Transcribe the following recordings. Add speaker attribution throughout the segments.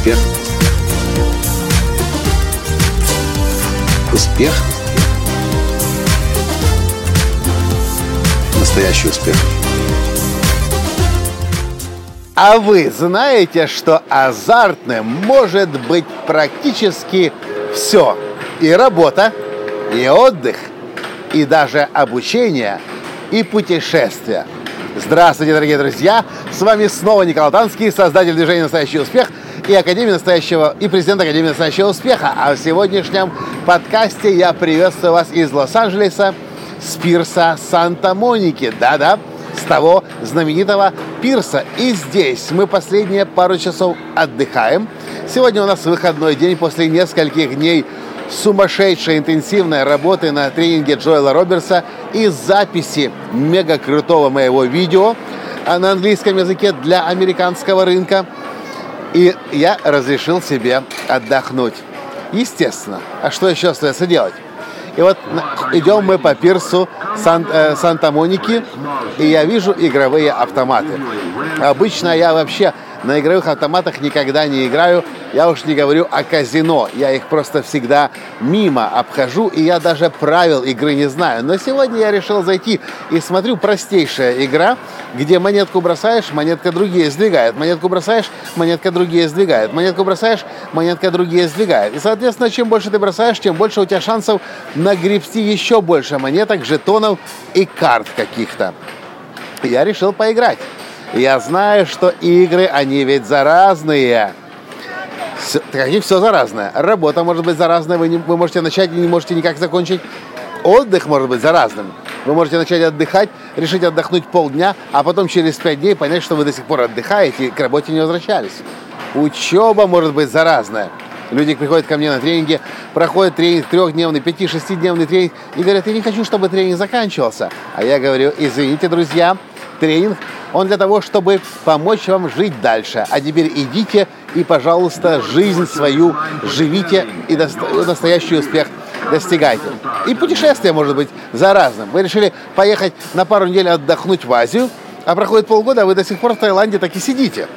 Speaker 1: Успех. Успех. Настоящий успех.
Speaker 2: А вы знаете, что азартным может быть практически все? И работа, и отдых, и даже обучение, и путешествия. Здравствуйте, дорогие друзья! С вами снова Николай Танский, создатель движения «Настоящий успех» и президент Академии Настоящего успеха. А в сегодняшнем подкасте я приветствую вас из Лос-Анджелеса, с пирса Санта-Моники. Да-да, с того знаменитого пирса. И здесь мы последние пару часов отдыхаем. Сегодня у нас выходной день после нескольких дней сумасшедшей интенсивной работы на тренинге Джоэла Робертса и записи мега крутого моего видео на английском языке для американского рынка. И я разрешил себе отдохнуть. Естественно. А что еще остается делать? И вот идем мы по пирсу Санта-Моники, и я вижу игровые автоматы. Обычно я вообще на игровых автоматах никогда не играю. Я уж не говорю о казино. Я их просто всегда мимо обхожу, и я даже правил игры не знаю. Но сегодня я решил зайти и смотрю, простейшая игра, где монетку бросаешь, монетка другие сдвигает. Монетку бросаешь, монетка другие сдвигает. Монетку бросаешь, монетка другие сдвигает. И, соответственно, чем больше ты бросаешь, тем больше у тебя шансов нагребсти еще больше монеток, жетонов и карт каких-то. Я решил поиграть. Я знаю, что игры, они ведь заразные. Все заразное. Работа может быть заразная, вы можете начать и не можете никак закончить. Отдых может быть заразным. Вы можете начать отдыхать, решить отдохнуть полдня, а потом через 5 дней понять, что вы до сих пор отдыхаете и к работе не возвращались. Учеба может быть заразная. Люди приходят ко мне на тренинги, проходят тренинг 3-дневный, 5-6-дневный тренинг и говорят: я не хочу, чтобы тренинг заканчивался. А я говорю: извините, друзья, тренинг, он для того, чтобы помочь вам жить дальше. А теперь идите и, пожалуйста, жизнь свою живите и настоящий успех достигайте. И путешествие может быть заразным. Вы решили поехать на пару недель отдохнуть в Азию, а проходит полгода, а вы до сих пор в Таиланде так и сидите.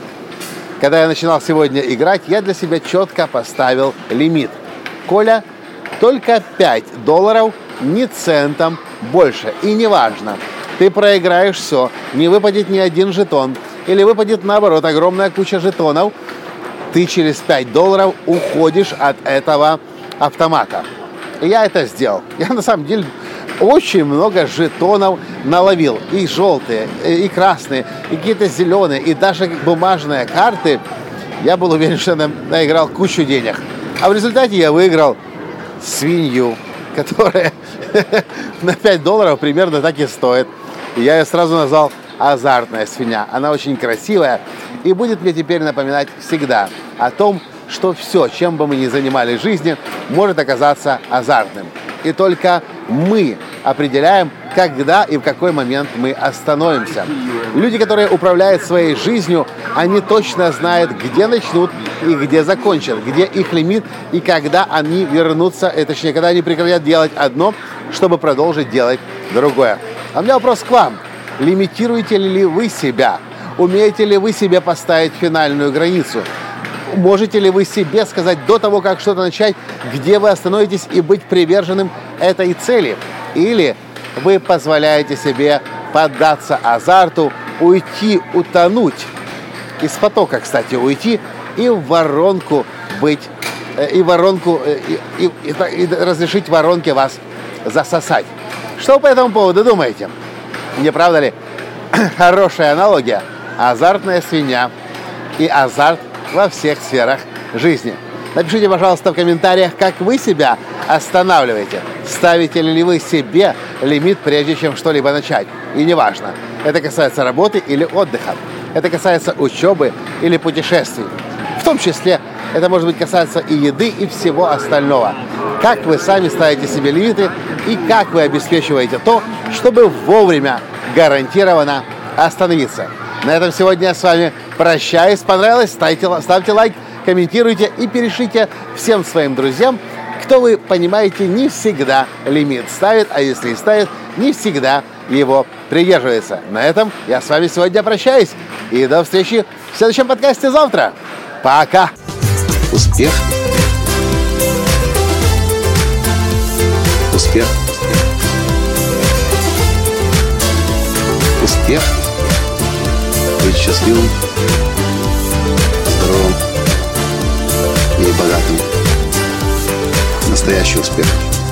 Speaker 2: Когда я начинал сегодня играть, я для себя четко поставил лимит. Коля, только $5, ни центом больше. И неважно, ты проиграешь все, не выпадет ни один жетон, или выпадет, наоборот, огромная куча жетонов, ты через $5 уходишь от этого автомата. И я это сделал. Я, на самом деле, очень много жетонов наловил. И желтые, и красные, и какие-то зеленые, и даже бумажные карты. Я был уверен, что я наиграл кучу денег. А в результате я выиграл свинью, которая на $5 примерно так и стоит. И я ее сразу назвал азартная свинья. Она очень красивая и будет мне теперь напоминать всегда о том, что все, чем бы мы ни занимались в жизни, может оказаться азартным. И только мы определяем, когда и в какой момент мы остановимся. Люди, которые управляют своей жизнью, они точно знают, где начнут и где закончат, где их лимит и когда они вернутся, точнее, когда они прекратят делать одно, чтобы продолжить делать другое. А у меня вопрос к вам. Лимитируете ли вы себя? Умеете ли вы себе поставить финальную границу? Можете ли вы себе сказать до того, как что-то начать, где вы остановитесь и быть приверженным этой цели? Или вы позволяете себе поддаться азарту, уйти, утонуть, из потока, кстати, уйти и в воронку быть, и разрешить воронке вас засосать? Что вы по этому поводу думаете? Не правда ли? Хорошая аналогия. Азартная свинья и азарт во всех сферах жизни. Напишите, пожалуйста, в комментариях, как вы себя останавливаете. Ставите ли вы себе лимит, прежде чем что-либо начать. И неважно, это касается работы или отдыха. Это касается учебы или путешествий. В том числе это может быть касаться и еды, и всего остального. Как вы сами ставите себе лимиты и как вы обеспечиваете то, чтобы вовремя гарантированно остановиться. На этом сегодня я с вами прощаюсь. Понравилось? Ставьте лайк, комментируйте и перешлите всем своим друзьям, кто, вы понимаете, не всегда лимит ставит, а если и ставит, не всегда его придерживается. На этом я с вами сегодня прощаюсь. И до встречи в следующем подкасте завтра. Пока.
Speaker 1: Успех. Успех. Успех. Быть счастливым, здоровым и богатым. Настоящий успех.